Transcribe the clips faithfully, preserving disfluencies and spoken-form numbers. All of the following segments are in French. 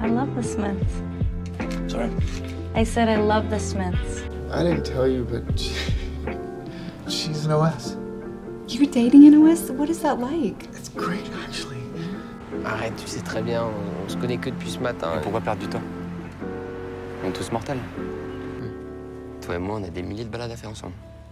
I love the Smiths. Sorry? I said I love the Smiths. I didn't tell you, but she, she's an O S. You're dating an O S? What is that like? It's great, actually. Arrête, tu sais très bien, on, on se connaît que depuis ce matin. Et pourquoi perdre du temps? On est tous mortels. Toi et moi, on a des milliers de balades à faire ensemble.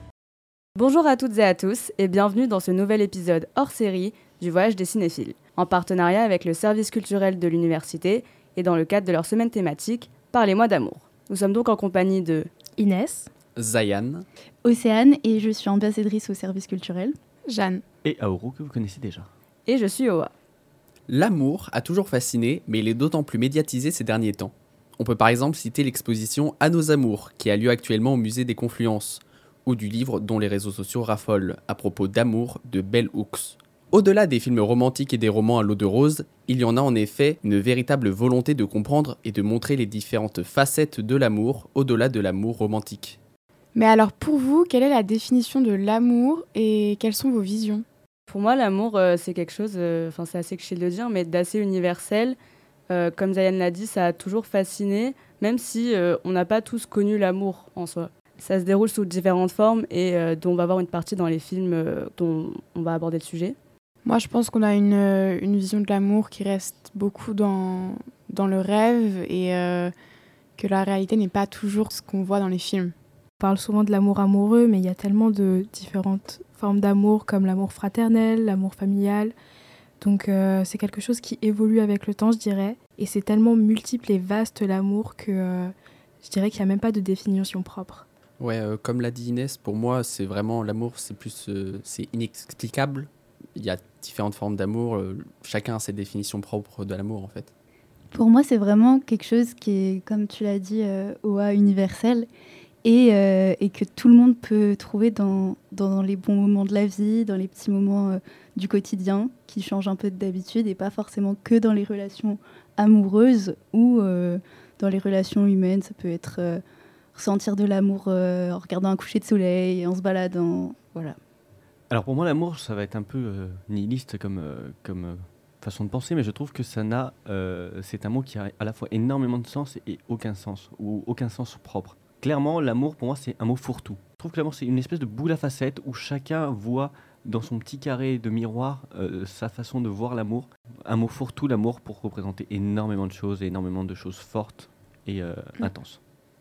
Bonjour à toutes et à tous et bienvenue dans ce nouvel épisode hors série du Voyage des cinéphiles, en partenariat avec le service culturel de l'université et dans le cadre de leur semaine thématique Parlez-moi d'amour. Nous sommes donc en compagnie de Inès, Zayan, Océane et je suis ambassadrice au service culturel. Jeanne et Aourou que vous connaissez déjà. Et je suis Oa. L'amour a toujours fasciné, mais il est d'autant plus médiatisé ces derniers temps. On peut par exemple citer l'exposition À nos amours, qui a lieu actuellement au musée des Confluences, ou du livre dont les réseaux sociaux raffolent, à propos d'amour de Bell Hooks. Au-delà des films romantiques et des romans à l'eau de rose, il y en a en effet une véritable volonté de comprendre et de montrer les différentes facettes de l'amour, au-delà de l'amour romantique. Mais alors pour vous, quelle est la définition de l'amour et quelles sont vos visions ? Pour moi, l'amour, euh, c'est quelque chose, euh, enfin c'est assez cliché de le dire, mais d'assez universel. Euh, comme Zayan l'a dit, ça a toujours fasciné, même si euh, on n'a pas tous connu l'amour en soi. Ça se déroule sous différentes formes et euh, dont on va voir une partie dans les films euh, dont on va aborder le sujet. Moi, je pense qu'on a une, une vision de l'amour qui reste beaucoup dans, dans le rêve et euh, que la réalité n'est pas toujours ce qu'on voit dans les films. On parle souvent de l'amour amoureux, mais il y a tellement de différentes formes d'amour, comme l'amour fraternel, l'amour familial. Donc euh, c'est quelque chose qui évolue avec le temps, je dirais. Et c'est tellement multiple et vaste l'amour que euh, je dirais qu'il n'y a même pas de définition propre. Ouais, euh, comme l'a dit Inès, pour moi, c'est vraiment l'amour, c'est plus, euh, c'est inexplicable. Il y a différentes formes d'amour, euh, chacun a ses définitions propres de l'amour en fait. Pour moi, c'est vraiment quelque chose qui est, comme tu l'as dit, euh, Oa, universel et, euh, et que tout le monde peut trouver dans, dans les bons moments de la vie, dans les petits moments euh, du quotidien qui changent un peu d'habitude et pas forcément que dans les relations amoureuses ou euh, dans les relations humaines. Ça peut être euh, ressentir de l'amour euh, en regardant un coucher de soleil, en se baladant, voilà. Alors pour moi, l'amour, ça va être un peu euh, nihiliste comme, euh, comme euh, façon de penser, mais je trouve que ça n'a, euh, c'est un mot qui a à la fois énormément de sens et aucun sens, ou aucun sens propre. Clairement, l'amour, pour moi, c'est un mot fourre-tout. Je trouve que l'amour, c'est une espèce de boule à facettes où chacun voit dans son petit carré de miroir euh, sa façon de voir l'amour. Un mot fourre-tout, l'amour, pour représenter énormément de choses, et énormément de choses fortes et euh, mmh. intenses.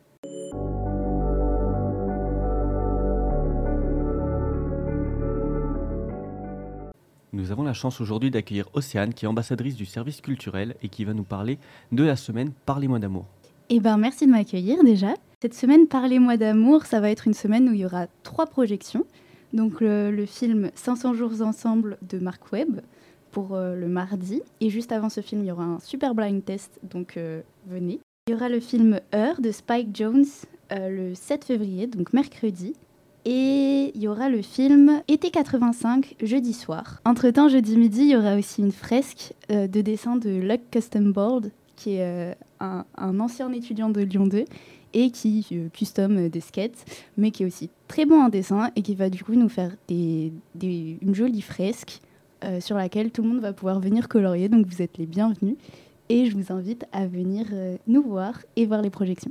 Nous avons la chance aujourd'hui d'accueillir Océane, qui est ambassadrice du service culturel et qui va nous parler de la semaine Parlez-moi d'amour. Eh ben, merci de m'accueillir déjà. Cette semaine Parlez-moi d'amour, ça va être une semaine où il y aura trois projections. Donc le, le film cinq cents jours ensemble de Mark Webb pour euh, le mardi. Et juste avant ce film, il y aura un super blind test, donc euh, venez. Il y aura le film Her de Spike Jonze euh, le sept février, donc mercredi. Et il y aura le film Été quatre-vingt-cinq, jeudi soir. Entre-temps, jeudi midi, il y aura aussi une fresque euh, de dessin de Luck Custom Board, qui est euh, un, un ancien étudiant de Lyon deux et qui euh, custom euh, des skates, mais qui est aussi très bon en dessin et qui va du coup nous faire des, des, une jolie fresque euh, sur laquelle tout le monde va pouvoir venir colorier. Donc vous êtes les bienvenus et je vous invite à venir euh, nous voir et voir les projections.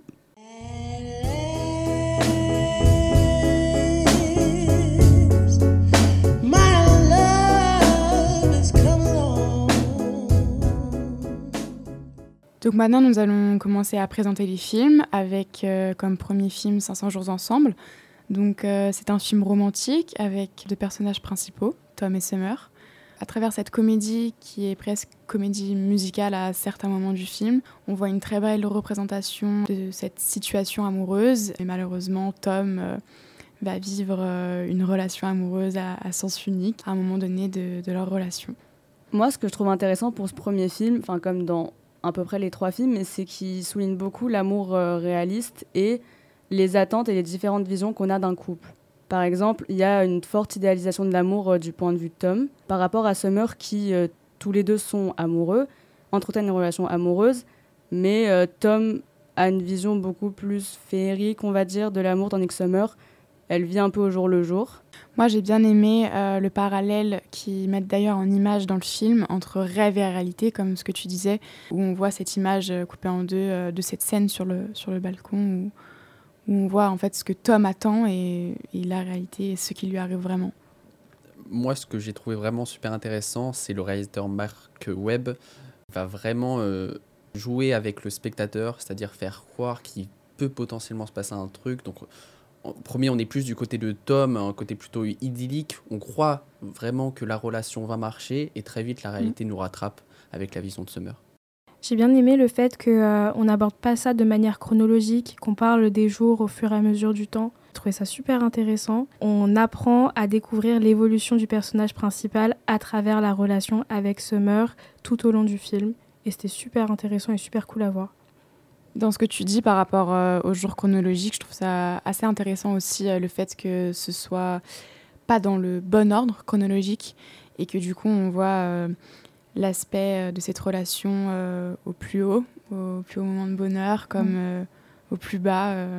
Donc maintenant, nous allons commencer à présenter les films avec euh, comme premier film cinq cents jours ensemble. Donc euh, c'est un film romantique avec deux personnages principaux, Tom et Summer. À travers cette comédie qui est presque comédie musicale à certains moments du film, on voit une très belle représentation de cette situation amoureuse. Et malheureusement, Tom euh, va vivre euh, une relation amoureuse à, à sens unique à un moment donné de, de leur relation. Moi, ce que je trouve intéressant pour ce premier film, enfin comme dans à peu près les trois films, mais c'est qu'il souligne beaucoup l'amour euh, réaliste et les attentes et les différentes visions qu'on a d'un couple. Par exemple, il y a une forte idéalisation de l'amour euh, du point de vue de Tom par rapport à Summer qui, euh, tous les deux sont amoureux, entretiennent une relation amoureuse, mais euh, Tom a une vision beaucoup plus féerique, on va dire, de l'amour, tandis que Summer elle vit un peu au jour le jour. Moi, j'ai bien aimé euh, le parallèle qu'ils mettent d'ailleurs en image dans le film entre rêve et réalité, comme ce que tu disais, où on voit cette image euh, coupée en deux euh, de cette scène sur le, sur le balcon, où, où on voit en fait ce que Tom attend et, et la réalité et ce qui lui arrive vraiment. Moi, ce que j'ai trouvé vraiment super intéressant, c'est le réalisateur Mark Webb va vraiment euh, jouer avec le spectateur, c'est-à-dire faire croire qu'il peut potentiellement se passer un truc. Donc, en premier, on est plus du côté de Tom, un côté plutôt idyllique. On croit vraiment que la relation va marcher et très vite, la réalité mmh. nous rattrape avec la vision de Summer. J'ai bien aimé le fait qu'on euh, n'aborde pas ça de manière chronologique, qu'on parle des jours au fur et à mesure du temps. J'ai trouvé ça super intéressant. On apprend à découvrir l'évolution du personnage principal à travers la relation avec Summer tout au long du film. Et c'était super intéressant et super cool à voir. Dans ce que tu dis par rapport euh, au jour chronologique, je trouve ça assez intéressant aussi euh, le fait que ce soit pas dans le bon ordre chronologique et que du coup on voit euh, l'aspect de cette relation euh, au plus haut, au plus haut moment de bonheur, comme euh, au plus bas euh,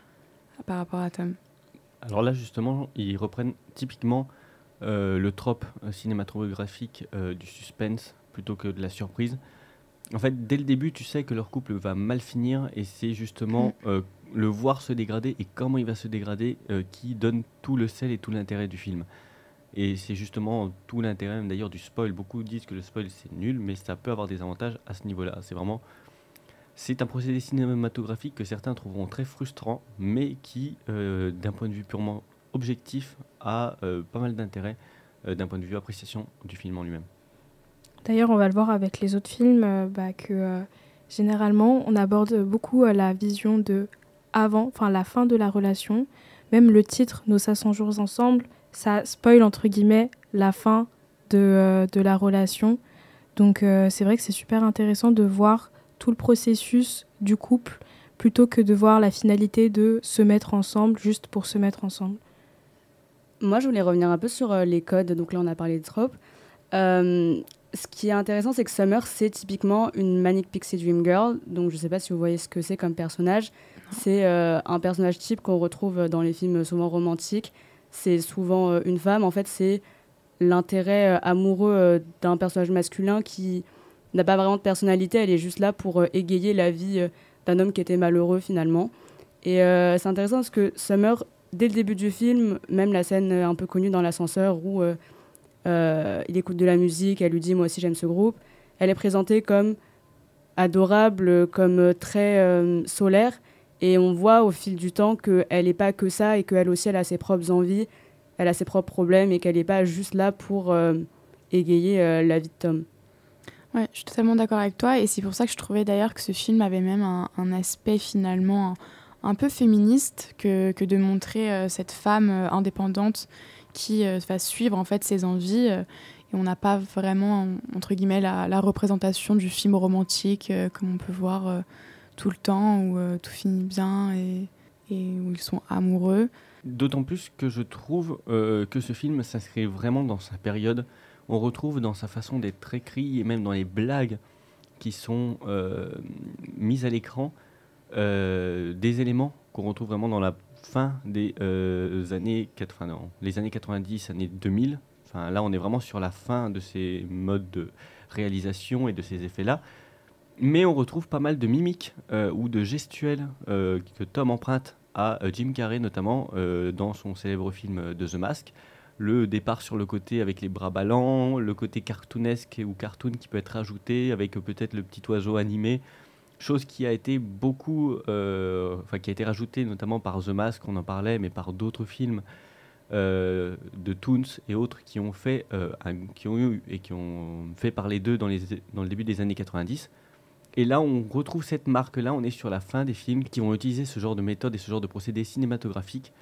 par rapport à Tom. Alors là justement, ils reprennent typiquement euh, le trope cinématographique euh, du suspense plutôt que de la surprise. En fait, dès le début, tu sais que leur couple va mal finir et c'est justement euh, le voir se dégrader et comment il va se dégrader euh, qui donne tout le sel et tout l'intérêt du film. Et c'est justement tout l'intérêt même d'ailleurs du spoil. Beaucoup disent que le spoil c'est nul, mais ça peut avoir des avantages à ce niveau-là. C'est vraiment, c'est un procédé cinématographique que certains trouveront très frustrant, mais qui, euh, d'un point de vue purement objectif, a euh, pas mal d'intérêt euh, d'un point de vue appréciation du film en lui-même. D'ailleurs, on va le voir avec les autres films, euh, bah, que euh, généralement, on aborde beaucoup euh, la vision de avant, enfin la fin de la relation. Même le titre, Nos cinq cents jours ensemble, ça spoil entre guillemets la fin de, euh, de la relation. Donc euh, c'est vrai que c'est super intéressant de voir tout le processus du couple plutôt que de voir la finalité de se mettre ensemble juste pour se mettre ensemble. Moi, je voulais revenir un peu sur euh, les codes. Donc là, on a parlé de tropes. Euh, Ce qui est intéressant, c'est que Summer, c'est typiquement une Manic Pixie Dream Girl. Donc, je ne sais pas si vous voyez ce que c'est comme personnage. C'est euh, un personnage type qu'on retrouve dans les films souvent romantiques. C'est souvent euh, une femme. En fait, c'est l'intérêt euh, amoureux euh, d'un personnage masculin qui n'a pas vraiment de personnalité. Elle est juste là pour euh, égayer la vie euh, d'un homme qui était malheureux, finalement. Et euh, c'est intéressant parce que Summer, dès le début du film, même la scène un peu connue dans l'ascenseur où... Euh, Euh, il écoute de la musique, elle lui dit « moi aussi j'aime ce groupe ». Elle est présentée comme adorable, comme très euh, solaire. Et on voit au fil du temps qu'elle n'est pas que ça et qu'elle aussi elle a ses propres envies, elle a ses propres problèmes et qu'elle n'est pas juste là pour euh, égayer euh, la vie de Tom. Ouais, je suis totalement d'accord avec toi et c'est pour ça que je trouvais d'ailleurs que ce film avait même un, un aspect finalement un, un peu féministe que, que de montrer euh, cette femme euh, indépendante qui euh, va suivre en fait ses envies euh, et on n'a pas vraiment entre guillemets la, la représentation du film romantique euh, comme on peut voir euh, tout le temps où euh, tout finit bien et, et où ils sont amoureux. D'autant plus que je trouve euh, que ce film s'inscrit vraiment dans sa période. On retrouve dans sa façon d'être écrit et même dans les blagues qui sont euh, mises à l'écran euh, des éléments qu'on retrouve vraiment dans la fin des euh, années quatre-vingts, non, les années quatre-vingt-dix, années deux mille. Enfin, là, on est vraiment sur la fin de ces modes de réalisation et de ces effets-là. Mais on retrouve pas mal de mimiques euh, ou de gestuels euh, que Tom emprunte à euh, Jim Carrey, notamment euh, dans son célèbre film de The Mask. Le départ sur le côté avec les bras ballants, le côté cartoonesque ou cartoon qui peut être ajouté avec euh, peut-être le petit oiseau animé. Chose qui a été beaucoup, euh, enfin qui a été rajoutée notamment par The Mask, on en parlait, mais par d'autres films euh, de Toons et autres qui ont fait, euh, un, qui ont eu et qui ont fait parler d'eux dans, les, dans le début des années quatre-vingt-dix. Et là, on retrouve cette marque-là. On est sur la fin des films qui vont utiliser ce genre de méthode et ce genre de procédé cinématographique.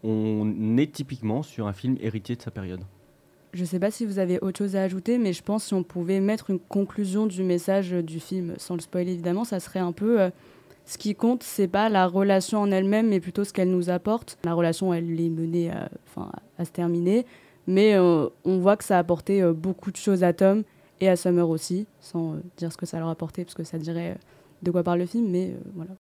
On est typiquement sur un film héritier de sa période. Je ne sais pas si vous avez autre chose à ajouter, mais je pense que si on pouvait mettre une conclusion du message du film, sans le spoiler évidemment, ça serait un peu... Euh, ce qui compte, c'est pas la relation en elle-même, mais plutôt ce qu'elle nous apporte. La relation, elle est menée à, enfin, à se terminer, mais euh, on voit que ça a apporté euh, beaucoup de choses à Tom et à Summer aussi, sans euh, dire ce que ça leur a apporté, parce que ça dirait euh, de quoi parle le film, mais euh, voilà.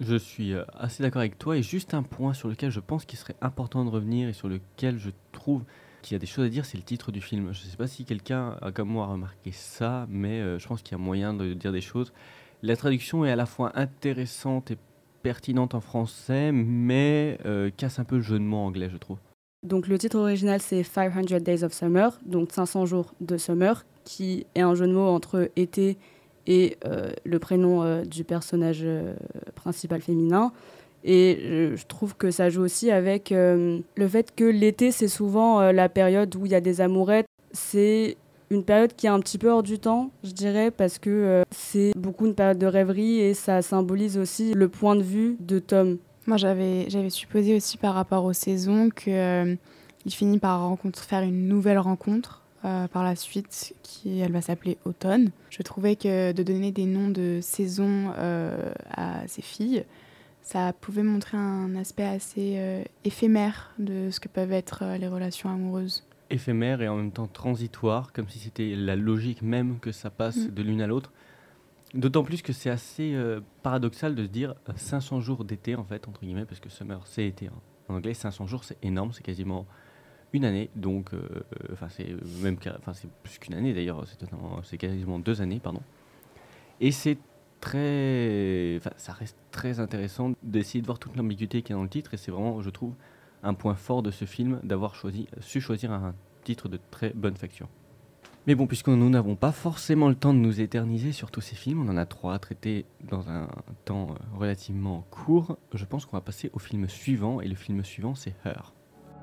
Je suis euh, assez d'accord avec toi et juste un point sur lequel je pense qu'il serait important de revenir et sur lequel je trouve qu'il y a des choses à dire, c'est le titre du film. Je ne sais pas si quelqu'un a comme moi remarqué ça, mais euh, je pense qu'il y a moyen de dire des choses. La traduction est à la fois intéressante et pertinente en français, mais euh, casse un peu le jeu de mots anglais, je trouve. Donc le titre original c'est five hundred Days of Summer, donc cinq cents jours de summer, qui est un jeu de mots entre été et euh, le prénom euh, du personnage euh, principal féminin. Et je, je trouve que ça joue aussi avec euh, le fait que l'été c'est souvent euh, la période où il y a des amourettes. C'est une période qui est un petit peu hors du temps, je dirais, parce que euh, c'est beaucoup une période de rêverie et ça symbolise aussi le point de vue de Tom. Moi, j'avais, j'avais supposé aussi par rapport aux saisons qu'il euh, finit par rencontre, faire une nouvelle rencontre euh, par la suite, qui elle va s'appeler Automne. Je trouvais que de donner des noms de saisons euh, à ces filles, ça pouvait montrer un aspect assez euh, éphémère de ce que peuvent être euh, les relations amoureuses. Éphémère et en même temps transitoire, comme si c'était la logique même que ça passe mmh. de l'une à l'autre. D'autant plus que c'est assez euh, paradoxal de se dire euh, cinq cents jours d'été, en fait, entre guillemets, parce que summer, c'est été. Hein. En anglais, cinq cents jours, c'est énorme, c'est quasiment une année. Donc, enfin, euh, c'est même c'est plus qu'une année d'ailleurs, c'est, c'est quasiment deux années, pardon. Et c'est très. Ça reste très intéressant d'essayer de voir toute l'ambiguïté qu'il y a dans le titre, et c'est vraiment, je trouve, un point fort de ce film d'avoir choisi, su choisir un titre de très bonne facture. Mais bon, puisque nous n'avons pas forcément le temps de nous éterniser sur tous ces films, on en a trois à traiter dans un temps relativement court, je pense qu'on va passer au film suivant, et le film suivant c'est Her.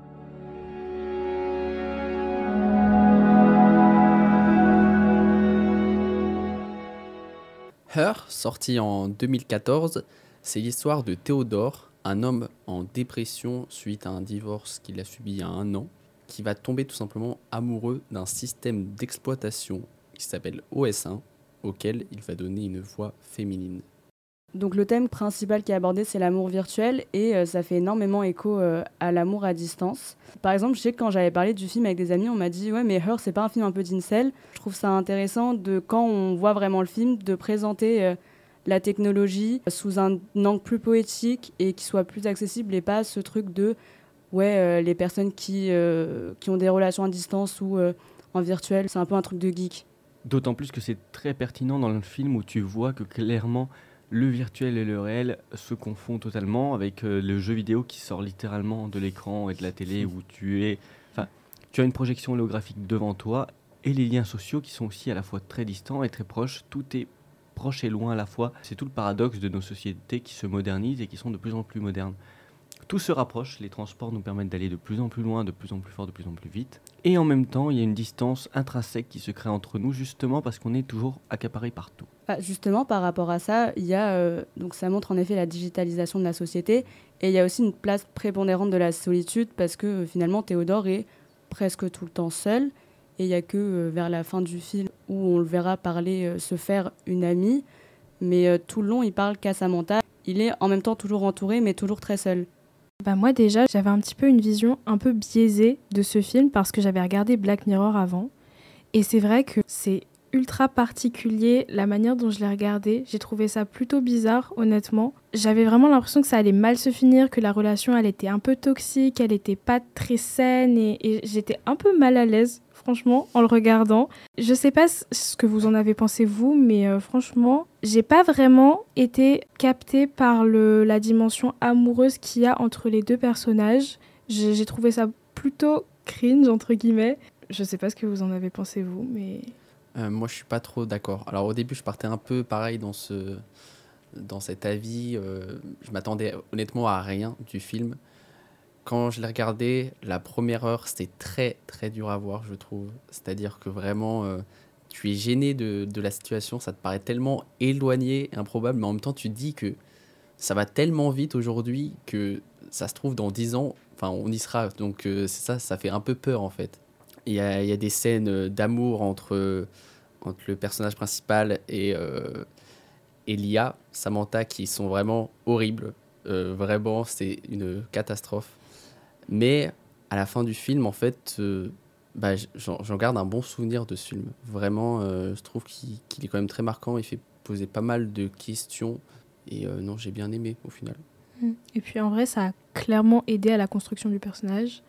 Her, sorti en deux mille quatorze, c'est l'histoire de Théodore, un homme en dépression suite à un divorce qu'il a subi il y a un an, qui va tomber tout simplement amoureux d'un système d'exploitation qui s'appelle O S un, auquel il va donner une voix féminine. Donc le thème principal qui est abordé, c'est l'amour virtuel, et euh, ça fait énormément écho euh, à l'amour à distance. Par exemple, je sais que quand j'avais parlé du film avec des amis, on m'a dit « Ouais, mais Her, c'est pas un film un peu d'incel ?» Je trouve ça intéressant, de, quand on voit vraiment le film, de présenter euh, la technologie sous un angle plus poétique et qui soit plus accessible, et pas ce truc de ouais, euh, les personnes qui, euh, qui ont des relations à distance ou euh, en virtuel, c'est un peu un truc de geek. D'autant plus que c'est très pertinent dans le film où tu vois que clairement le virtuel et le réel se confondent totalement avec euh, le jeu vidéo qui sort littéralement de l'écran et de la télé où tu es, enfin, tu as une projection holographique devant toi et les liens sociaux qui sont aussi à la fois très distants et très proches. Tout est proche et loin à la fois. C'est tout le paradoxe de nos sociétés qui se modernisent et qui sont de plus en plus modernes. Tout se rapproche, les transports nous permettent d'aller de plus en plus loin, de plus en plus fort, de plus en plus vite. Et en même temps, il y a une distance intrinsèque qui se crée entre nous, justement parce qu'on est toujours accaparé partout. Ah, justement, par rapport à ça, il y a, euh, donc ça montre en effet la digitalisation de la société, et il y a aussi une place prépondérante de la solitude, parce que euh, finalement, Théodore est presque tout le temps seul, et il n'y a que euh, vers la fin du film où on le verra parler, euh, se faire une amie, mais euh, tout le long, il parle qu'à Samantha. Il est en même temps toujours entouré, mais toujours très seul. Bah moi déjà, j'avais un petit peu une vision un peu biaisée de ce film parce que j'avais regardé Black Mirror avant. Et c'est vrai que c'est ultra particulier la manière dont je l'ai regardé. J'ai trouvé ça plutôt bizarre, honnêtement. J'avais vraiment l'impression que ça allait mal se finir, que la relation, elle était un peu toxique, elle était pas très saine et, et j'étais un peu mal à l'aise, franchement, en le regardant. Je sais pas ce que vous en avez pensé, vous, mais euh, franchement, j'ai pas vraiment été captée par le, la dimension amoureuse qu'il y a entre les deux personnages. J'ai, j'ai trouvé ça plutôt cringe, entre guillemets. Je sais pas ce que vous en avez pensé, vous, mais... Euh, moi, je suis pas trop d'accord. Alors, au début, je partais un peu pareil dans, ce, dans cet avis. Euh, je m'attendais honnêtement à rien du film. Quand je l'ai regardé, la première heure, c'était très, très dur à voir, je trouve. C'est-à-dire que vraiment, euh, tu es gêné de, de la situation. Ça te paraît tellement éloigné, improbable. Mais en même temps, tu te dis que ça va tellement vite aujourd'hui que ça se trouve dans dix ans, enfin, on y sera. Donc, euh, c'est ça, ça fait un peu peur, en fait. Il y a, il y a des scènes d'amour entre, entre le personnage principal et, euh, et l'I A, Samantha, qui sont vraiment horribles. Euh, vraiment, c'est une catastrophe. Mais à la fin du film, en fait, euh, bah, j'en, j'en garde un bon souvenir de ce film. Vraiment, euh, je trouve qu'il, qu'il est quand même très marquant. Il fait poser pas mal de questions. Et euh, non, j'ai bien aimé au final. Et puis en vrai, ça a clairement aidé à la construction du personnage.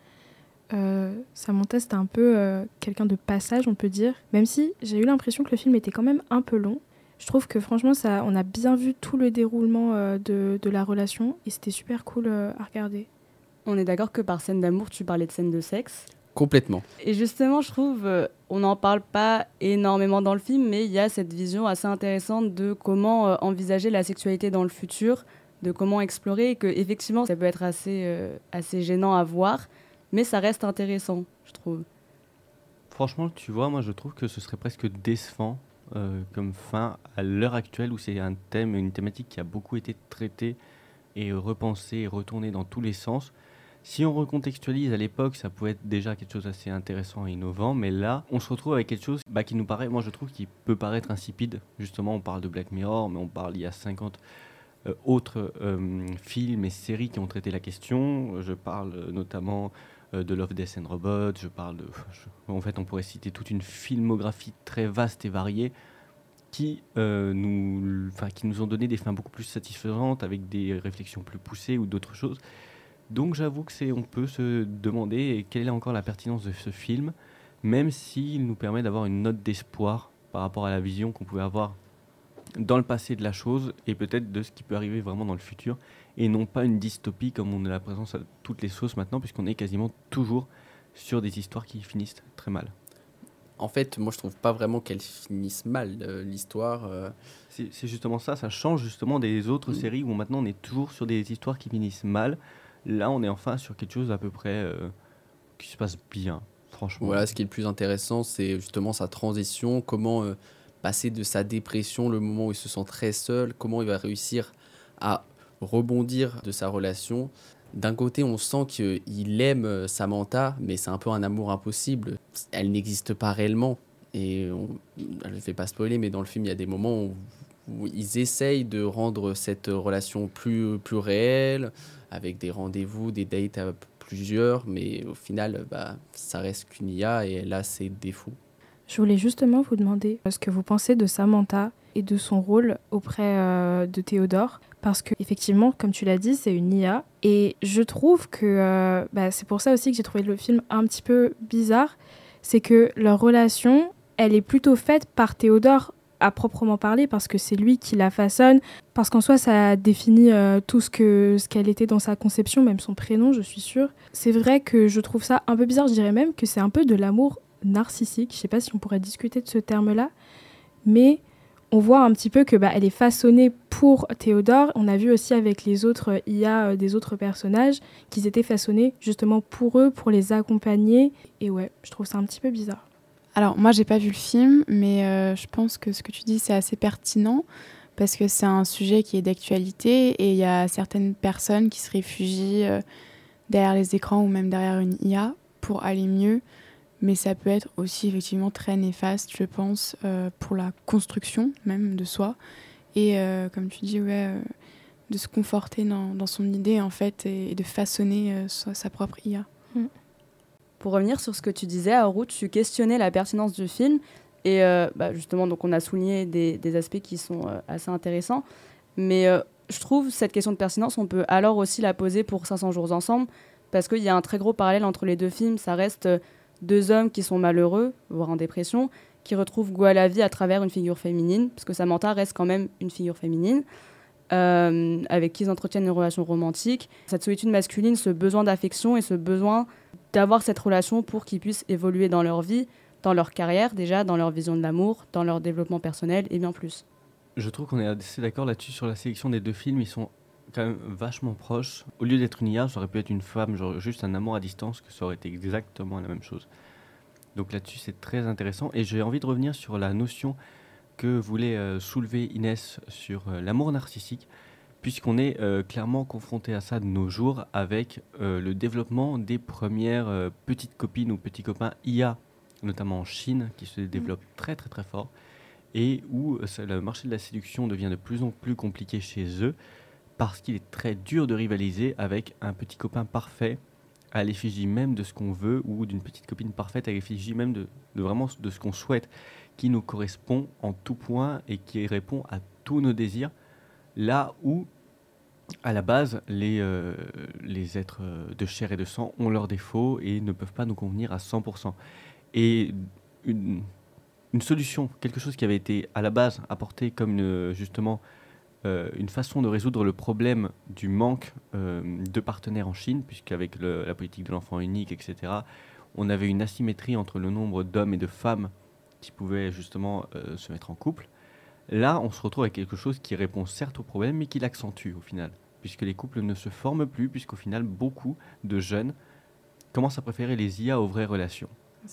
Euh, Samantha, c'était un peu euh, quelqu'un de passage, on peut dire. Même si j'ai eu l'impression que le film était quand même un peu long. Je trouve que franchement, ça, on a bien vu tout le déroulement euh, de, de la relation et c'était super cool euh, à regarder. On est d'accord que par scène d'amour, tu parlais de scène de sexe. Complètement. Et justement, je trouve, euh, on n'en parle pas énormément dans le film, mais il y a cette vision assez intéressante de comment euh, envisager la sexualité dans le futur, de comment explorer, et que effectivement, ça peut être assez, euh, assez gênant à voir, mais ça reste intéressant, je trouve. Franchement, tu vois, moi je trouve que ce serait presque décevant euh, comme fin à l'heure actuelle où c'est un thème, une thématique qui a beaucoup été traitée et repensée et retournée dans tous les sens. Si on recontextualise à l'époque, ça pouvait être déjà quelque chose d'assez intéressant et innovant, mais là, on se retrouve avec quelque chose bah, qui nous paraît, moi je trouve, qui peut paraître insipide. Justement, on parle de Black Mirror, mais on parle, il y a cinquante euh, autres euh, films et séries qui ont traité la question. Je parle euh, notamment euh, de Love, Death and Robots, je parle de... Je, en fait, on pourrait citer toute une filmographie très vaste et variée qui, euh, nous, enfin, qui nous ont donné des fins beaucoup plus satisfaisantes, avec des réflexions plus poussées ou d'autres choses. Donc j'avoue que c'est, on peut se demander quelle est encore la pertinence de ce film, même s'il nous permet d'avoir une note d'espoir par rapport à la vision qu'on pouvait avoir dans le passé de la chose et peut-être de ce qui peut arriver vraiment dans le futur, et non pas une dystopie comme on a la présence à toutes les sauces maintenant, puisqu'on est quasiment toujours sur des histoires qui finissent très mal. En fait, moi je trouve pas vraiment qu'elles finissent mal, euh, l'histoire. Euh... C'est, c'est justement ça, ça change justement des autres mmh. séries où maintenant on est toujours sur des histoires qui finissent mal. Là, on est enfin sur quelque chose à peu près euh, qui se passe bien, franchement. Voilà, ce qui est le plus intéressant, c'est justement sa transition, comment euh, passer de sa dépression, le moment où il se sent très seul, comment il va réussir à rebondir de sa relation. D'un côté, on sent qu'il aime Samantha, mais c'est un peu un amour impossible. Elle n'existe pas réellement. Et on, je ne vais pas spoiler, mais dans le film, il y a des moments où, où ils essayent de rendre cette relation plus, plus réelle, avec des rendez-vous, des dates à plusieurs, mais au final, bah, ça reste qu'une I A et elle a ses défauts. Je voulais justement vous demander ce que vous pensez de Samantha et de son rôle auprès euh, de Théodore, parce que effectivement, comme tu l'as dit, c'est une I A, et je trouve que euh, bah, c'est pour ça aussi que j'ai trouvé le film un petit peu bizarre, c'est que leur relation, elle est plutôt faite par Théodore à proprement parler, parce que c'est lui qui la façonne, parce qu'en soi ça définit euh, tout ce que ce qu'elle était dans sa conception, même son prénom, je suis sûre. C'est vrai que je trouve ça un peu bizarre, je dirais même que c'est un peu de l'amour narcissique, je sais pas si on pourrait discuter de ce terme-là, mais on voit un petit peu que bah, elle est façonnée pour Théodore. On a vu aussi avec les autres I A euh, des autres personnages qu'ils étaient façonnés justement pour eux, pour les accompagner, et ouais, je trouve ça un petit peu bizarre. Alors, moi, j'ai pas vu le film, mais euh, je pense que ce que tu dis, c'est assez pertinent parce que c'est un sujet qui est d'actualité et il y a certaines personnes qui se réfugient euh, derrière les écrans ou même derrière une I A pour aller mieux. Mais ça peut être aussi effectivement très néfaste, je pense, euh, pour la construction même de soi. Et euh, comme tu dis, ouais, euh, de se conforter dans, dans son idée, en fait, et, et de façonner euh, sa, sa propre I A. Mm. Pour revenir sur ce que tu disais, Harout, tu questionnais la pertinence du film. Et euh, bah justement, donc on a souligné des, des aspects qui sont euh, assez intéressants. Mais euh, je trouve cette question de pertinence, on peut alors aussi la poser pour cinq cents jours ensemble, parce qu'il y a un très gros parallèle entre les deux films. Ça reste euh, deux hommes qui sont malheureux, voire en dépression, qui retrouvent goût à la vie à travers une figure féminine, parce que Samantha reste quand même une figure féminine, euh, avec qui ils entretiennent une relation romantique. Cette solitude masculine, ce besoin d'affection et ce besoin d'avoir cette relation pour qu'ils puissent évoluer dans leur vie, dans leur carrière déjà, dans leur vision de l'amour, dans leur développement personnel et bien plus. Je trouve qu'on est assez d'accord là-dessus sur la sélection des deux films. Ils sont quand même vachement proches. Au lieu d'être une I A, ça aurait pu être une femme, genre juste un amour à distance, que ça aurait été exactement la même chose. Donc là-dessus, c'est très intéressant. Et j'ai envie de revenir sur la notion que voulait euh, soulever Inès sur euh, l'amour narcissique, puisqu'on est euh, clairement confronté à ça de nos jours avec euh, le développement des premières euh, petites copines ou petits copains I A, notamment en Chine, qui se développent mmh. très très très fort, et où euh, le marché de la séduction devient de plus en plus compliqué chez eux, parce qu'il est très dur de rivaliser avec un petit copain parfait à l'effigie même de ce qu'on veut, ou d'une petite copine parfaite à l'effigie même de, de vraiment de ce qu'on souhaite, qui nous correspond en tout point et qui répond à tous nos désirs. Là où, à la base, les, euh, les êtres euh, de chair et de sang ont leurs défauts et ne peuvent pas nous convenir à cent pour cent. Et une, une solution, quelque chose qui avait été à la base apporté comme une, justement euh, une façon de résoudre le problème du manque euh, de partenaires en Chine, puisqu'avec le, la politique de l'enfant unique, et cetera, on avait une asymétrie entre le nombre d'hommes et de femmes qui pouvaient justement euh, se mettre en couple. Là, on se retrouve avec quelque chose qui répond certes au problème, mais qui l'accentue au final, puisque les couples ne se forment plus, puisqu'au final, beaucoup de jeunes commencent à préférer les I A aux vraies relations.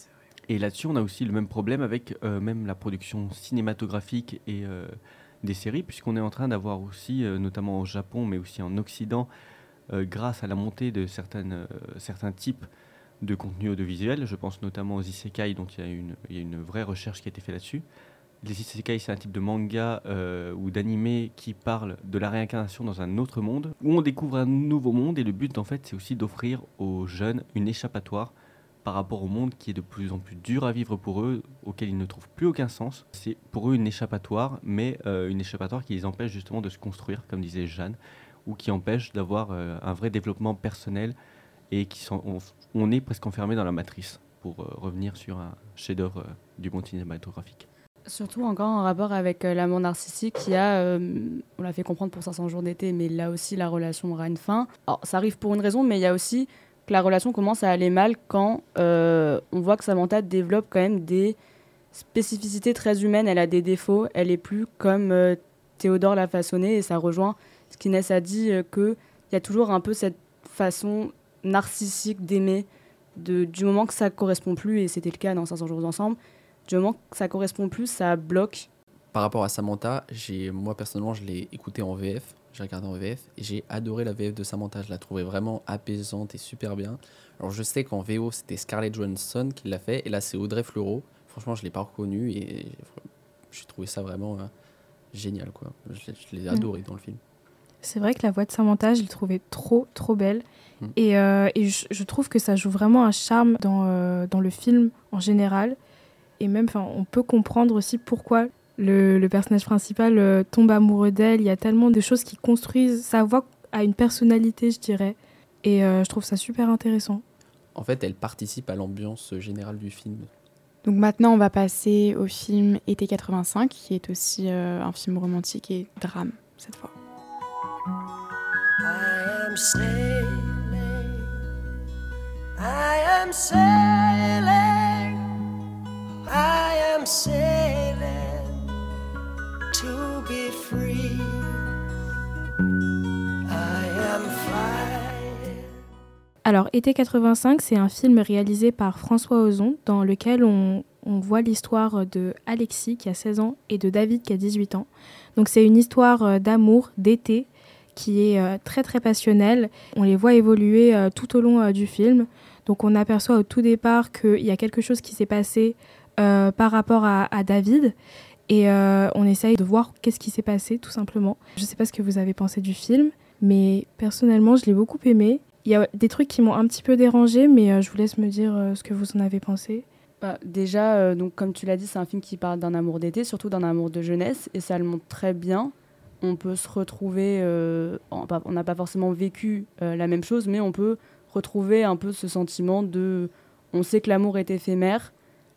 Et là-dessus, on a aussi le même problème avec euh, même la production cinématographique et euh, des séries, puisqu'on est en train d'avoir aussi, euh, notamment au Japon, mais aussi en Occident, euh, grâce à la montée de certaines, euh, certains types de contenus audiovisuels. Je pense notamment aux isekai, dont il y a une, il y a une vraie recherche qui a été faite là-dessus. Les isekai, c'est un type de manga euh, ou d'animé qui parle de la réincarnation dans un autre monde, où on découvre un nouveau monde, et le but, en fait, c'est aussi d'offrir aux jeunes une échappatoire par rapport au monde qui est de plus en plus dur à vivre pour eux, auquel ils ne trouvent plus aucun sens. C'est pour eux une échappatoire, mais euh, une échappatoire qui les empêche justement de se construire, comme disait Jeanne, ou qui empêche d'avoir euh, un vrai développement personnel, et qui sont, on, on est presque enfermé dans la matrice, pour euh, revenir sur un chef-d'œuvre euh, du monde cinématographique. Surtout encore en rapport avec euh, l'amour narcissique qui a, euh, on l'a fait comprendre pour cinq cents jours d'été, mais là aussi la relation aura une fin. Alors ça arrive pour une raison, mais il y a aussi que la relation commence à aller mal quand euh, on voit que Samantha développe quand même des spécificités très humaines. Elle a des défauts, elle est plus comme euh, Théodore l'a façonné, et ça rejoint ce qu'Inès a dit, euh, qu'il y a toujours un peu cette façon narcissique d'aimer, de, du moment que ça correspond plus, et c'était le cas dans cinq cents jours ensemble, du moment que ça correspond plus, ça bloque. Par rapport à Samantha, j'ai, moi personnellement, je l'ai écouté en V F, j'ai regardé en V F, et j'ai adoré la V F de Samantha, je la trouvais vraiment apaisante et super bien. Alors je sais qu'en V O, c'était Scarlett Johansson qui l'a fait, et là c'est Audrey Fleurot. Franchement, je ne l'ai pas reconnue, et j'ai trouvé ça vraiment euh, génial, quoi. Je, je l'ai adoré mmh. dans le film. C'est vrai que la voix de Samantha, je l'ai trouvée trop, trop belle. Mmh. Et, euh, et je, je trouve que ça joue vraiment un charme dans, euh, dans le film en général. Et même, on peut comprendre aussi pourquoi le, le personnage principal euh, tombe amoureux d'elle. Il y a tellement de choses qui construisent sa voix à une personnalité, je dirais. Et euh, je trouve ça super intéressant. En fait, elle participe à l'ambiance générale du film. Donc maintenant, on va passer au film Été quatre-vingt-cinq, qui est aussi euh, un film romantique et drame, cette fois. I am sailing, I am sailing, I am sailing to be free. I am flying. Alors, Été quatre-vingt-cinq, c'est un film réalisé par François Ozon, dans lequel on, on voit l'histoire de Alexis, qui a seize ans, et de David, qui a dix-huit ans. Donc c'est une histoire d'amour, d'été, qui est euh, très très passionnelle. On les voit évoluer euh, tout au long euh, du film. Donc on aperçoit au tout départ qu'il y a quelque chose qui s'est passé euh, par rapport à, à David. Et euh, on essaye de voir qu'est-ce qui s'est passé, tout simplement. Je ne sais pas ce que vous avez pensé du film, mais personnellement, je l'ai beaucoup aimé. Il y a des trucs qui m'ont un petit peu dérangée, mais euh, je vous laisse me dire euh, ce que vous en avez pensé. Bah, déjà, euh, donc, comme tu l'as dit, c'est un film qui parle d'un amour d'été, surtout d'un amour de jeunesse, et ça le montre très bien. On peut se retrouver, euh, on n'a pas forcément vécu euh, la même chose, mais on peut retrouver un peu ce sentiment de... On sait que l'amour est éphémère,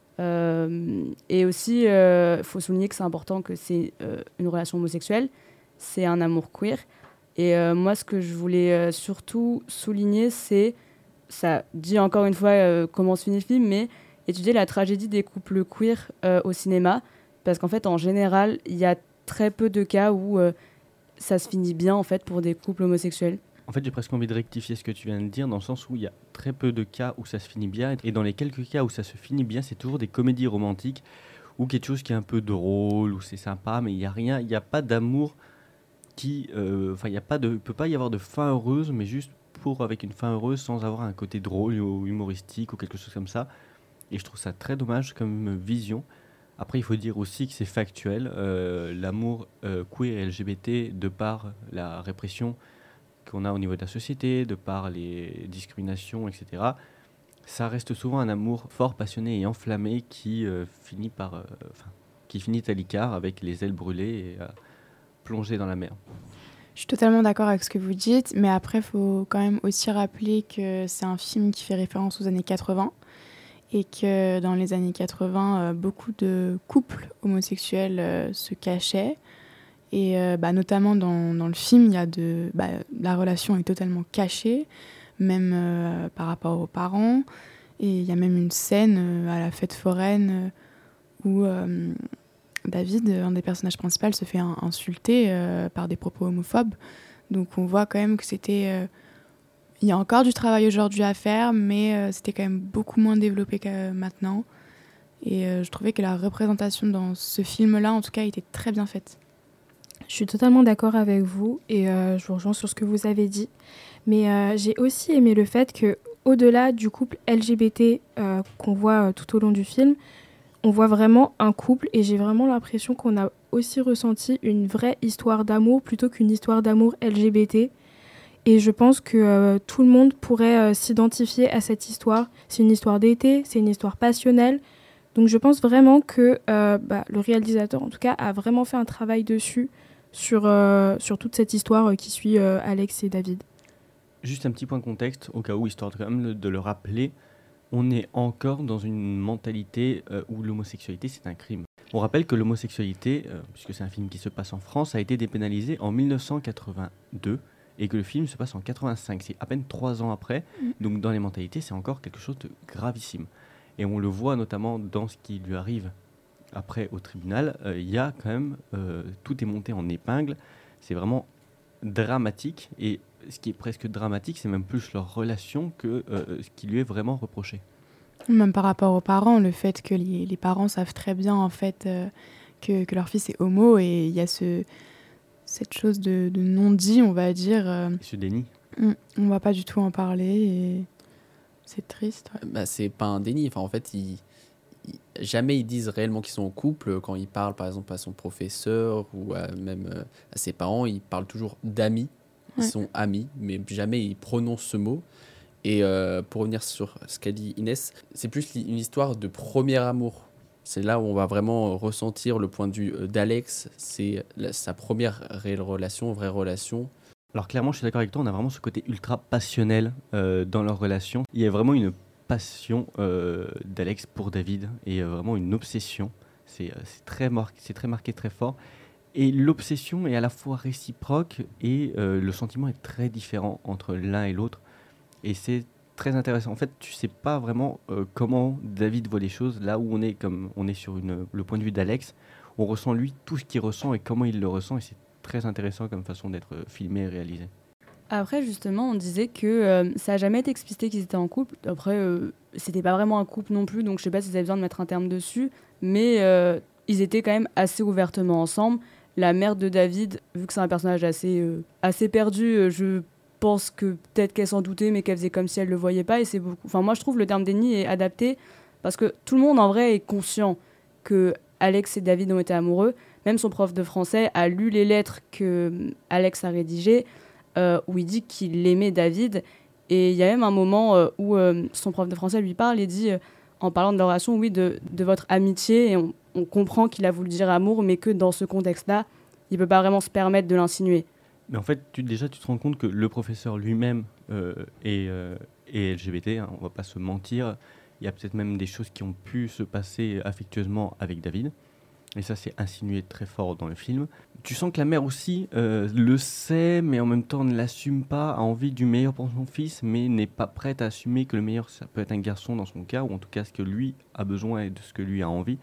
euh, et aussi, il euh, faut souligner que c'est important que c'est euh, une relation homosexuelle, c'est un amour queer. Et euh, moi, ce que je voulais euh, surtout souligner, c'est, ça dit encore une fois euh, comment se finit le film, mais étudier la tragédie des couples queer euh, au cinéma, parce qu'en fait, en général, il y a très peu de cas où euh, ça se finit bien en fait pour des couples homosexuels. En fait, j'ai presque envie de rectifier ce que tu viens de dire, dans le sens où il y a très peu de cas où ça se finit bien, et dans les quelques cas où ça se finit bien, c'est toujours des comédies romantiques, ou quelque chose qui est un peu drôle, ou c'est sympa, mais il n'y a rien, il n'y a pas d'amour qui... Enfin, euh, il ne peut pas y avoir de fin heureuse, mais juste pour avec une fin heureuse, sans avoir un côté drôle ou humoristique, ou quelque chose comme ça. Et je trouve ça très dommage comme vision. Après, il faut dire aussi que c'est factuel. Euh, l'amour euh, queer et L G B T, de par la répression qu'on a au niveau de la société, de par les discriminations, et cetera, ça reste souvent un amour fort, passionné et enflammé qui, euh, finit, par, euh, qui finit à l'écart avec les ailes brûlées et euh, plongé dans la mer. Je suis totalement d'accord avec ce que vous dites, mais après, il faut quand même aussi rappeler que c'est un film qui fait référence aux années quatre-vingts et que dans les années quatre-vingts, euh, beaucoup de couples homosexuels euh, se cachaient. Et euh, bah, notamment dans, dans le film, il y a de, bah, la relation est totalement cachée, même euh, par rapport aux parents. Et il y a même une scène euh, à la fête foraine euh, où euh, David, un des personnages principaux, se fait un, insulter euh, par des propos homophobes. Donc on voit quand même que c'était... Euh, il y a encore du travail aujourd'hui à faire, mais euh, c'était quand même beaucoup moins développé que maintenant. Et euh, je trouvais que la représentation dans ce film-là, en tout cas, était très bien faite. Je suis totalement d'accord avec vous et euh, je vous rejoins sur ce que vous avez dit. Mais euh, j'ai aussi aimé le fait qu'au-delà du couple L G B T euh, qu'on voit euh, tout au long du film, on voit vraiment un couple et j'ai vraiment l'impression qu'on a aussi ressenti une vraie histoire d'amour plutôt qu'une histoire d'amour L G B T. Et je pense que euh, tout le monde pourrait euh, s'identifier à cette histoire. C'est une histoire d'été, c'est une histoire passionnelle. Donc je pense vraiment que euh, bah, le réalisateur, en tout cas, a vraiment fait un travail dessus, sur, euh, sur toute cette histoire euh, qui suit euh, Alex et David. Juste un petit point de contexte, au cas où, histoire de, quand même le- de le rappeler, on est encore dans une mentalité euh, où l'homosexualité c'est un crime. On rappelle que l'homosexualité, euh, puisque c'est un film qui se passe en France, a été dépénalisée en mille neuf cent quatre-vingt-deux et que le film se passe en quatre-vingt-cinq, c'est à peine trois ans après, donc dans les mentalités c'est encore quelque chose de gravissime. Et on le voit notamment dans ce qui lui arrive après au tribunal, il euh, y a quand même, euh, tout est monté en épingle, c'est vraiment dramatique, et ce qui est presque dramatique, c'est même plus leur relation que euh, ce qui lui est vraiment reproché. Même par rapport aux parents, le fait que les, les parents savent très bien en fait euh, que, que leur fils est homo et il y a ce, cette chose de, de non-dit, on va dire. Euh, ce déni. On ne va pas du tout en parler et c'est triste. Ouais. Bah, c'est pas un déni. Enfin, en fait, ils, ils- jamais ils disent réellement qu'ils sont en couple. Quand ils parlent, par exemple, à son professeur ou à, même euh, à ses parents, ils parlent toujours d'amis. Ils Ouais. sont amis, mais jamais ils prononcent ce mot. Et euh, pour revenir sur ce qu'a dit Inès, c'est plus li- une histoire de premier amour. C'est là où on va vraiment ressentir le point de vue euh, d'Alex. C'est la- sa première réelle relation, vraie relation. Alors clairement, je suis d'accord avec toi, on a vraiment ce côté ultra passionnel euh, dans leur relation. Il y a vraiment une passion euh, d'Alex pour David et euh, vraiment une obsession. C'est euh, c'est très, mar- c'est très marqué, très fort. Et l'obsession est à la fois réciproque et euh, le sentiment est très différent entre l'un et l'autre. Et c'est très intéressant. En fait, tu sais pas vraiment euh, comment David voit les choses. Là où on est, comme on est sur une, le point de vue d'Alex, on ressent lui tout ce qu'il ressent et comment il le ressent. Et c'est très intéressant comme façon d'être euh, filmé et réalisé. Après, justement, on disait que euh, ça n'a jamais été explicité qu'ils étaient en couple. Après, euh, c'était pas vraiment un couple non plus, donc je sais pas s'ils avaient besoin de mettre un terme dessus. Mais euh, ils étaient quand même assez ouvertement ensemble. La mère de David, vu que c'est un personnage assez, euh, assez perdu, euh, je pense que peut-être qu'elle s'en doutait, mais qu'elle faisait comme si elle le voyait pas. Et c'est beaucoup. Enfin, moi, je trouve le terme déni est adapté parce que tout le monde, en vrai, est conscient que Alex et David ont été amoureux. Même son prof de français a lu les lettres que euh, Alex a rédigées, euh, où il dit qu'il aimait David. Et il y a même un moment euh, où euh, son prof de français lui parle et dit, euh, en parlant de leur relation, oui, de, de votre amitié. Et on, on comprend qu'il a voulu dire amour, mais que dans ce contexte-là, il ne peut pas vraiment se permettre de l'insinuer. Mais en fait, tu, déjà, tu te rends compte que le professeur lui-même euh, est, euh, est L G B T, hein, on va pas se mentir. Il y a peut-être même des choses qui ont pu se passer affectueusement avec David. Et ça, c'est insinué très fort dans le film. Tu sens que la mère aussi euh, le sait, mais en même temps ne l'assume pas, a envie du meilleur pour son fils, mais n'est pas prête à assumer que le meilleur, ça peut être un garçon dans son cas, ou en tout cas ce que lui a besoin et de ce que lui a envie.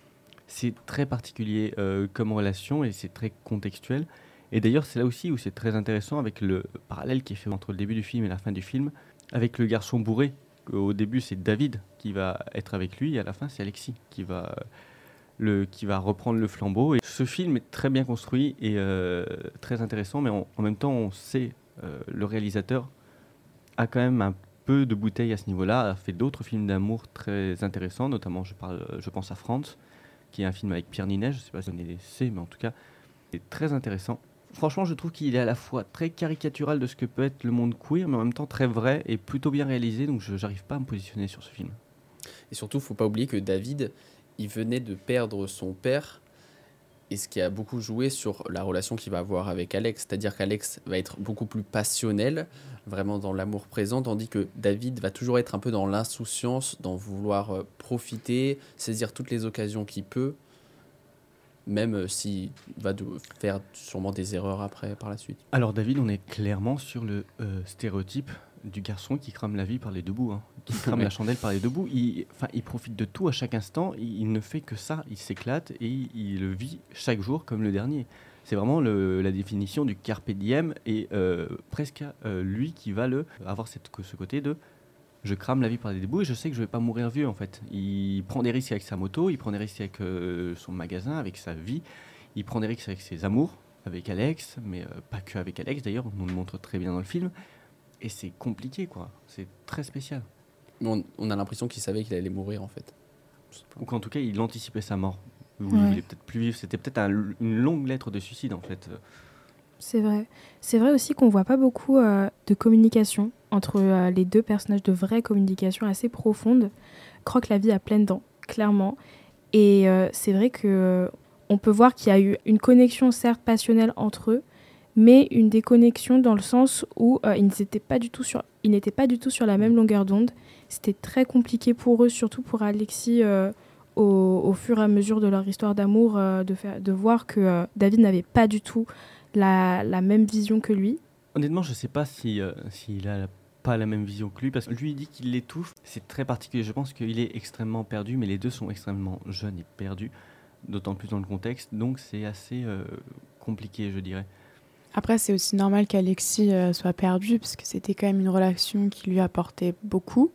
C'est très particulier euh, comme relation et c'est très contextuel. Et d'ailleurs, c'est là aussi où c'est très intéressant avec le parallèle qui est fait entre le début du film et la fin du film, avec le garçon bourré. Au début, c'est David qui va être avec lui, et à la fin, c'est Alexis qui va, le, qui va reprendre le flambeau. Et ce film est très bien construit et euh, très intéressant, mais on- en même temps, on sait, euh, le réalisateur a quand même un peu de bouteille à ce niveau-là, a fait d'autres films d'amour très intéressants, notamment, je, parle, je pense à France, qui est un film avec Pierre Ninet, je ne sais pas si on est C, mais en tout cas, c'est très intéressant. Franchement, je trouve qu'il est à la fois très caricatural de ce que peut être le monde queer, mais en même temps très vrai et plutôt bien réalisé, donc je n'arrive pas à me positionner sur ce film. Et surtout, faut pas oublier que David, il venait de perdre son père. et ce qui a beaucoup joué sur la relation qu'il va avoir avec Alex. C'est-à-dire qu'Alex va être beaucoup plus passionnel, vraiment dans l'amour présent, tandis que David va toujours être un peu dans l'insouciance, dans vouloir euh, profiter, saisir toutes les occasions qu'il peut, même euh, s'il va de- faire sûrement des erreurs après, par la suite. Alors David, on est clairement sur le euh, stéréotype du garçon qui crame la vie par les deux bouts, hein, qui crame Ouais. la chandelle par les deux bouts. Il, enfin, il profite de tout à chaque instant, il, il ne fait que ça, il s'éclate et il, il le vit chaque jour comme le dernier. C'est vraiment le- la définition du carpe diem et euh, presque euh, lui qui va le, avoir cette, ce côté de je crame la vie par les deux bouts et je sais que je vais pas mourir vieux en fait. Il prend des risques avec sa moto, il prend des risques avec euh, son magasin, avec sa vie, il prend des risques avec ses amours, avec Alex, mais euh, pas que avec Alex d'ailleurs, on nous le montre très bien dans le film. Et c'est compliqué, quoi. C'est très spécial. Mais on, on a l'impression qu'il savait qu'il allait mourir, en fait. Ou qu'en tout cas, il anticipait sa mort. Ou Ouais. il voulait peut-être plus vivre. C'était peut-être un- une longue lettre de suicide, en fait. C'est vrai. C'est vrai aussi qu'on voit pas beaucoup euh, de communication entre euh, les deux personnages, de vraie communication assez profonde. Croque la vie à pleines dents, clairement. Et euh, c'est vrai que euh, on peut voir qu'il y a eu une connexion certes passionnelle entre eux, mais une déconnexion dans le sens où euh, ils n'étaient pas du tout sur, ils n'étaient pas du tout sur la même longueur d'onde. C'était très compliqué pour eux, surtout pour Alexis, euh, au, au fur et à mesure de leur histoire d'amour, euh, de, faire, de voir que euh, David n'avait pas du tout la, la même vision que lui. Honnêtement, je sais pas si, euh, s'il a pas la même vision que lui, parce que lui, il dit qu'il l'étouffe. C'est très particulier. Je pense qu'il est extrêmement perdu, mais les deux sont extrêmement jeunes et perdus, d'autant plus dans le contexte. Donc, c'est assez euh, compliqué, je dirais. Après, c'est aussi normal qu'Alexis euh, soit perdu, parce que c'était quand même une relation qui lui apportait beaucoup.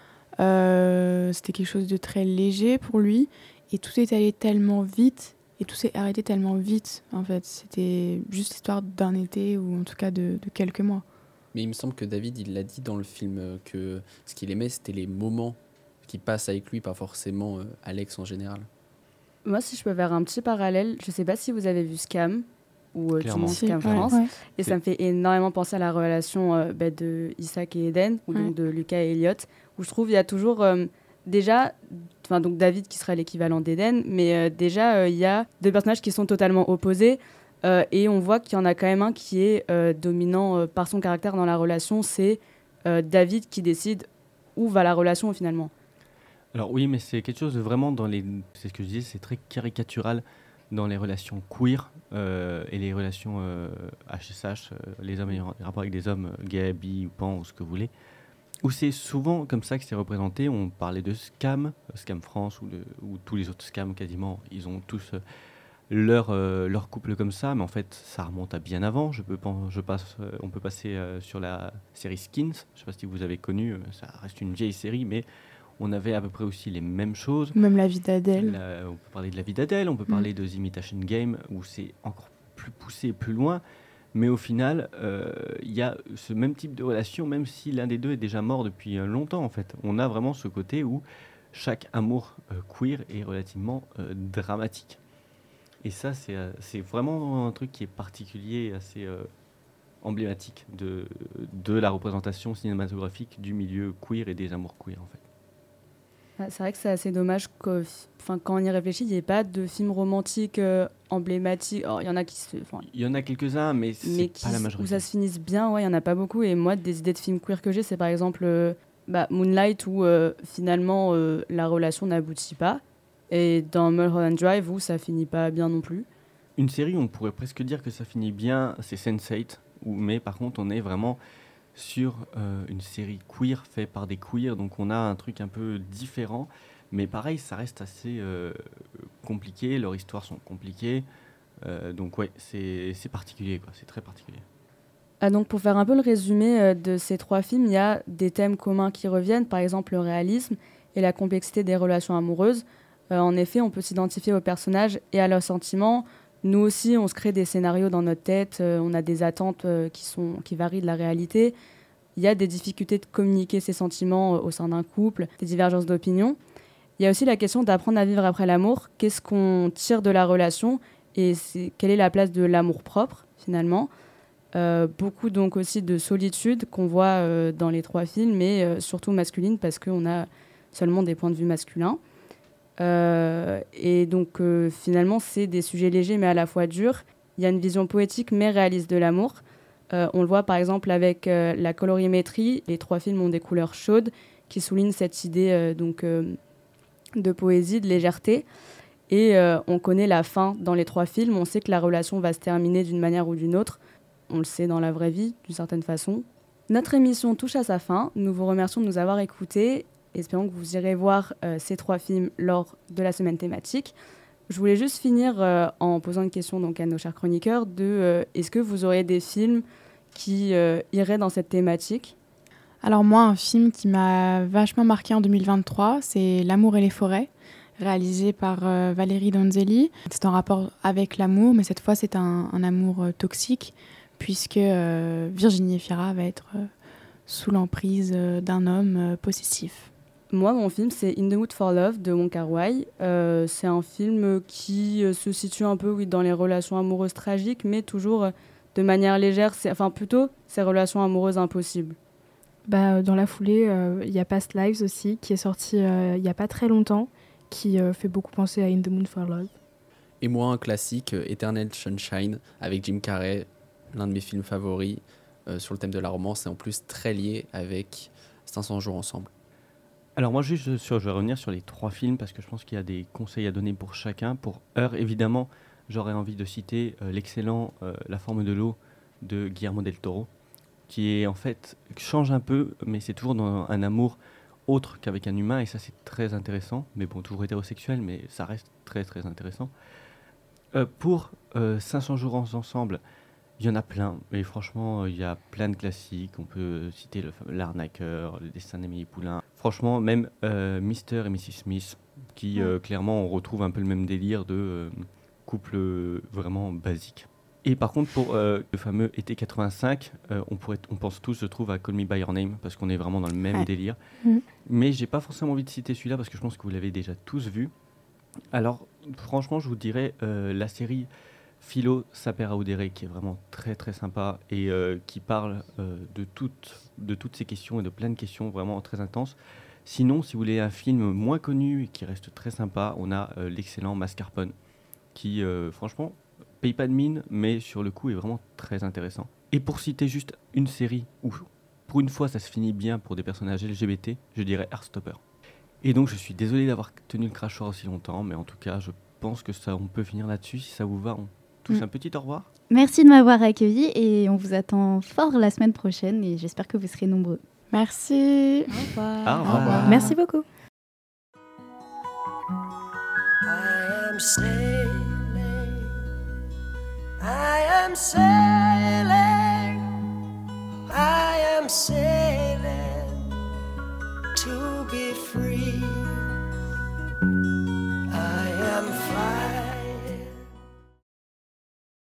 Euh, c'était quelque chose de très léger pour lui, et tout est allé tellement vite, et tout s'est arrêté tellement vite, en fait. C'était juste l'histoire d'un été, ou en tout cas de, de quelques mois. Mais il me semble que David, il l'a dit dans le film, euh, que ce qu'il aimait, c'était les moments qui passent avec lui, pas forcément euh, Alex en général. Moi, si je peux faire un petit parallèle, je sais pas si vous avez vu Scam ou euh, Clairement. Timon Si, Scam ouais, France, ouais. et ça me fait énormément penser à la relation euh, bah, de Isaac et Eden, ou donc Ouais. de Lucas et Elliot, où je trouve il y a toujours euh, déjà, enfin donc David qui serait l'équivalent d'Eden, mais euh, déjà euh, il y a deux personnages qui sont totalement opposés. Euh, et on voit qu'il y en a quand même un qui est euh, dominant euh, par son caractère dans la relation, c'est euh, David qui décide où va la relation finalement. Alors oui, mais c'est quelque chose de vraiment dans les... C'est ce que je disais, c'est très caricatural dans les relations queer euh, et les relations euh, H S H, euh, les hommes ayant des rapports avec des hommes euh, gays, bi ou pan ou ce que vous voulez, où c'est souvent comme ça que c'est représenté. On parlait de Scam, euh, Scam France ou, de, ou tous les autres scams quasiment, ils ont tous euh, leur, euh, leur couple comme ça, mais en fait ça remonte à bien avant. Je peux, pen- je passe, euh, on peut passer euh, sur la série Skins, je ne sais pas si vous avez connu, euh, ça reste une vieille série, mais on avait à peu près aussi les mêmes choses. Ou même la vie d'Adèle. La- on peut parler de la vie d'Adèle, on peut parler de The Imitation Game, où c'est encore plus poussé et plus loin. Mais au final, euh, il y a ce même type de relation, même si l'un des deux est déjà mort depuis euh, longtemps, en fait. On a vraiment ce côté où chaque amour euh, queer est relativement euh, dramatique. Et ça, c'est euh, c'est vraiment un truc qui est particulier, assez euh, emblématique de, de la représentation cinématographique du milieu queer et des amours queer, en fait. Ah, c'est vrai que c'est assez dommage que, enfin, quand on y réfléchit, il n'y ait pas de film romantique euh, emblématique. Alors, il y en a qui se, enfin, Il y en a quelques-uns, mais mais c'est qui, pas la où majorité. ça se finisse bien, ouais, il n'y en a pas beaucoup. Et moi, des idées de films queer que j'ai, c'est par exemple euh, bah, Moonlight, où euh, finalement euh, la relation n'aboutit pas. Et dans Mulholland Drive, où ça finit pas bien non plus. Une série où on pourrait presque dire que ça finit bien, c'est sense eight, où, mais par contre on est vraiment sur euh, une série queer faite par des queers, donc on a un truc un peu différent, mais pareil ça reste assez euh, compliqué, leurs histoires sont compliquées, euh, donc ouais c'est c'est particulier, quoi, c'est très particulier. Ah, donc pour faire un peu le résumé euh, de ces trois films, il y a des thèmes communs qui reviennent, par exemple le réalisme et la complexité des relations amoureuses. Euh, en effet, on peut s'identifier aux personnages et à leurs sentiments. Nous aussi, on se crée des scénarios dans notre tête, euh, on a des attentes euh, qui, sont, qui varient de la réalité. Il y a des difficultés de communiquer ses sentiments euh, au sein d'un couple, des divergences d'opinion. Il y a aussi la question d'apprendre à vivre après l'amour. Qu'est-ce qu'on tire de la relation et c'est, quelle est la place de l'amour-propre, finalement. Euh, beaucoup donc aussi de solitude qu'on voit euh, dans les trois films, mais euh, surtout masculine, parce qu'on a seulement des points de vue masculins. Euh, et donc euh, finalement, c'est des sujets légers mais à la fois durs. Il y a une vision poétique mais réaliste de l'amour. Euh, on le voit par exemple avec euh, la colorimétrie. Les trois films ont des couleurs chaudes qui soulignent cette idée euh, donc, euh, de poésie, de légèreté. Et euh, on connaît la fin dans les trois films. On sait que la relation va se terminer d'une manière ou d'une autre. On le sait dans la vraie vie, d'une certaine façon. Notre émission touche à sa fin. Nous vous remercions de nous avoir écoutés. Espérons que vous irez voir euh, ces trois films lors de la semaine thématique. Je voulais juste finir euh, en posant une question donc, à nos chers chroniqueurs de euh, est-ce que vous aurez des films qui euh, iraient dans cette thématique ? Alors moi, un film qui m'a vachement marqué en deux mille vingt-trois, c'est L'amour et les forêts, réalisé par euh, Valérie Donzelli. C'est en rapport avec l'amour, mais cette fois c'est un, un amour euh, toxique, puisque euh, Virginie Efira va être euh, sous l'emprise euh, d'un homme euh, possessif. Moi, mon film, c'est In the Mood for Love de Wong Kar-wai. Euh, c'est un film qui euh, se situe un peu oui, dans les relations amoureuses tragiques, mais toujours euh, de manière légère, c'est, enfin plutôt ces relations amoureuses impossibles. Bah, dans la foulée, il euh, y a Past Lives aussi, qui est sorti il euh, n'y a pas très longtemps, qui euh, fait beaucoup penser à In the Mood for Love. Et moi, un classique, euh, Eternal Sunshine, avec Jim Carrey, l'un de mes films favoris, euh, sur le thème de la romance, et en plus très lié avec cinq cents jours ensemble. Alors moi, juste sur, je vais revenir sur les trois films parce que je pense qu'il y a des conseils à donner pour chacun. Pour Her, évidemment, j'aurais envie de citer euh, l'excellent euh, La forme de l'eau de Guillermo del Toro, qui est en fait change un peu, mais c'est toujours dans un amour autre qu'avec un humain, et ça c'est très intéressant. Mais bon, toujours hétérosexuel, mais ça reste très très intéressant. Euh, pour euh, cinq cents jours ensemble, il y en a plein, et franchement, il y a plein de classiques. On peut citer le, L'Arnaqueur, Le Destin d'Amélie Poulain. Franchement, même euh, Mister et Missus Smith, qui euh, clairement, on retrouve un peu le même délire de euh, couple euh, vraiment basique. Et par contre, pour euh, le fameux été quatre-vingt-cinq, euh, on, pourrait, on pense tous, je trouve, à Call Me By Your Name, parce qu'on est vraiment dans le même ouais. délire. Mmh. Mais j'ai pas forcément envie de citer celui-là, parce que je pense que vous l'avez déjà tous vu. Alors, franchement, je vous dirais euh, la série Philo Sapere Audeire, qui est vraiment très très sympa et euh, qui parle euh, de, toutes, de toutes ces questions et de plein de questions vraiment très intenses. Sinon, si vous voulez un film moins connu et qui reste très sympa, on a euh, l'excellent Mascarpone, qui euh, franchement paye pas de mine, mais sur le coup est vraiment très intéressant. Et pour citer juste une série où pour une fois ça se finit bien pour des personnages L G B T, je dirais Heartstopper. Et donc je suis désolé d'avoir tenu le crachoir aussi longtemps, mais en tout cas je pense que ça, on peut finir là-dessus. Si ça vous va, on tous mmh. un petit au revoir. Merci de m'avoir accueilli et on vous attend fort la semaine prochaine et j'espère que vous serez nombreux. Merci. Au revoir. Au revoir. Au revoir. Merci beaucoup. I am sailing, I am sailing, I am sailing.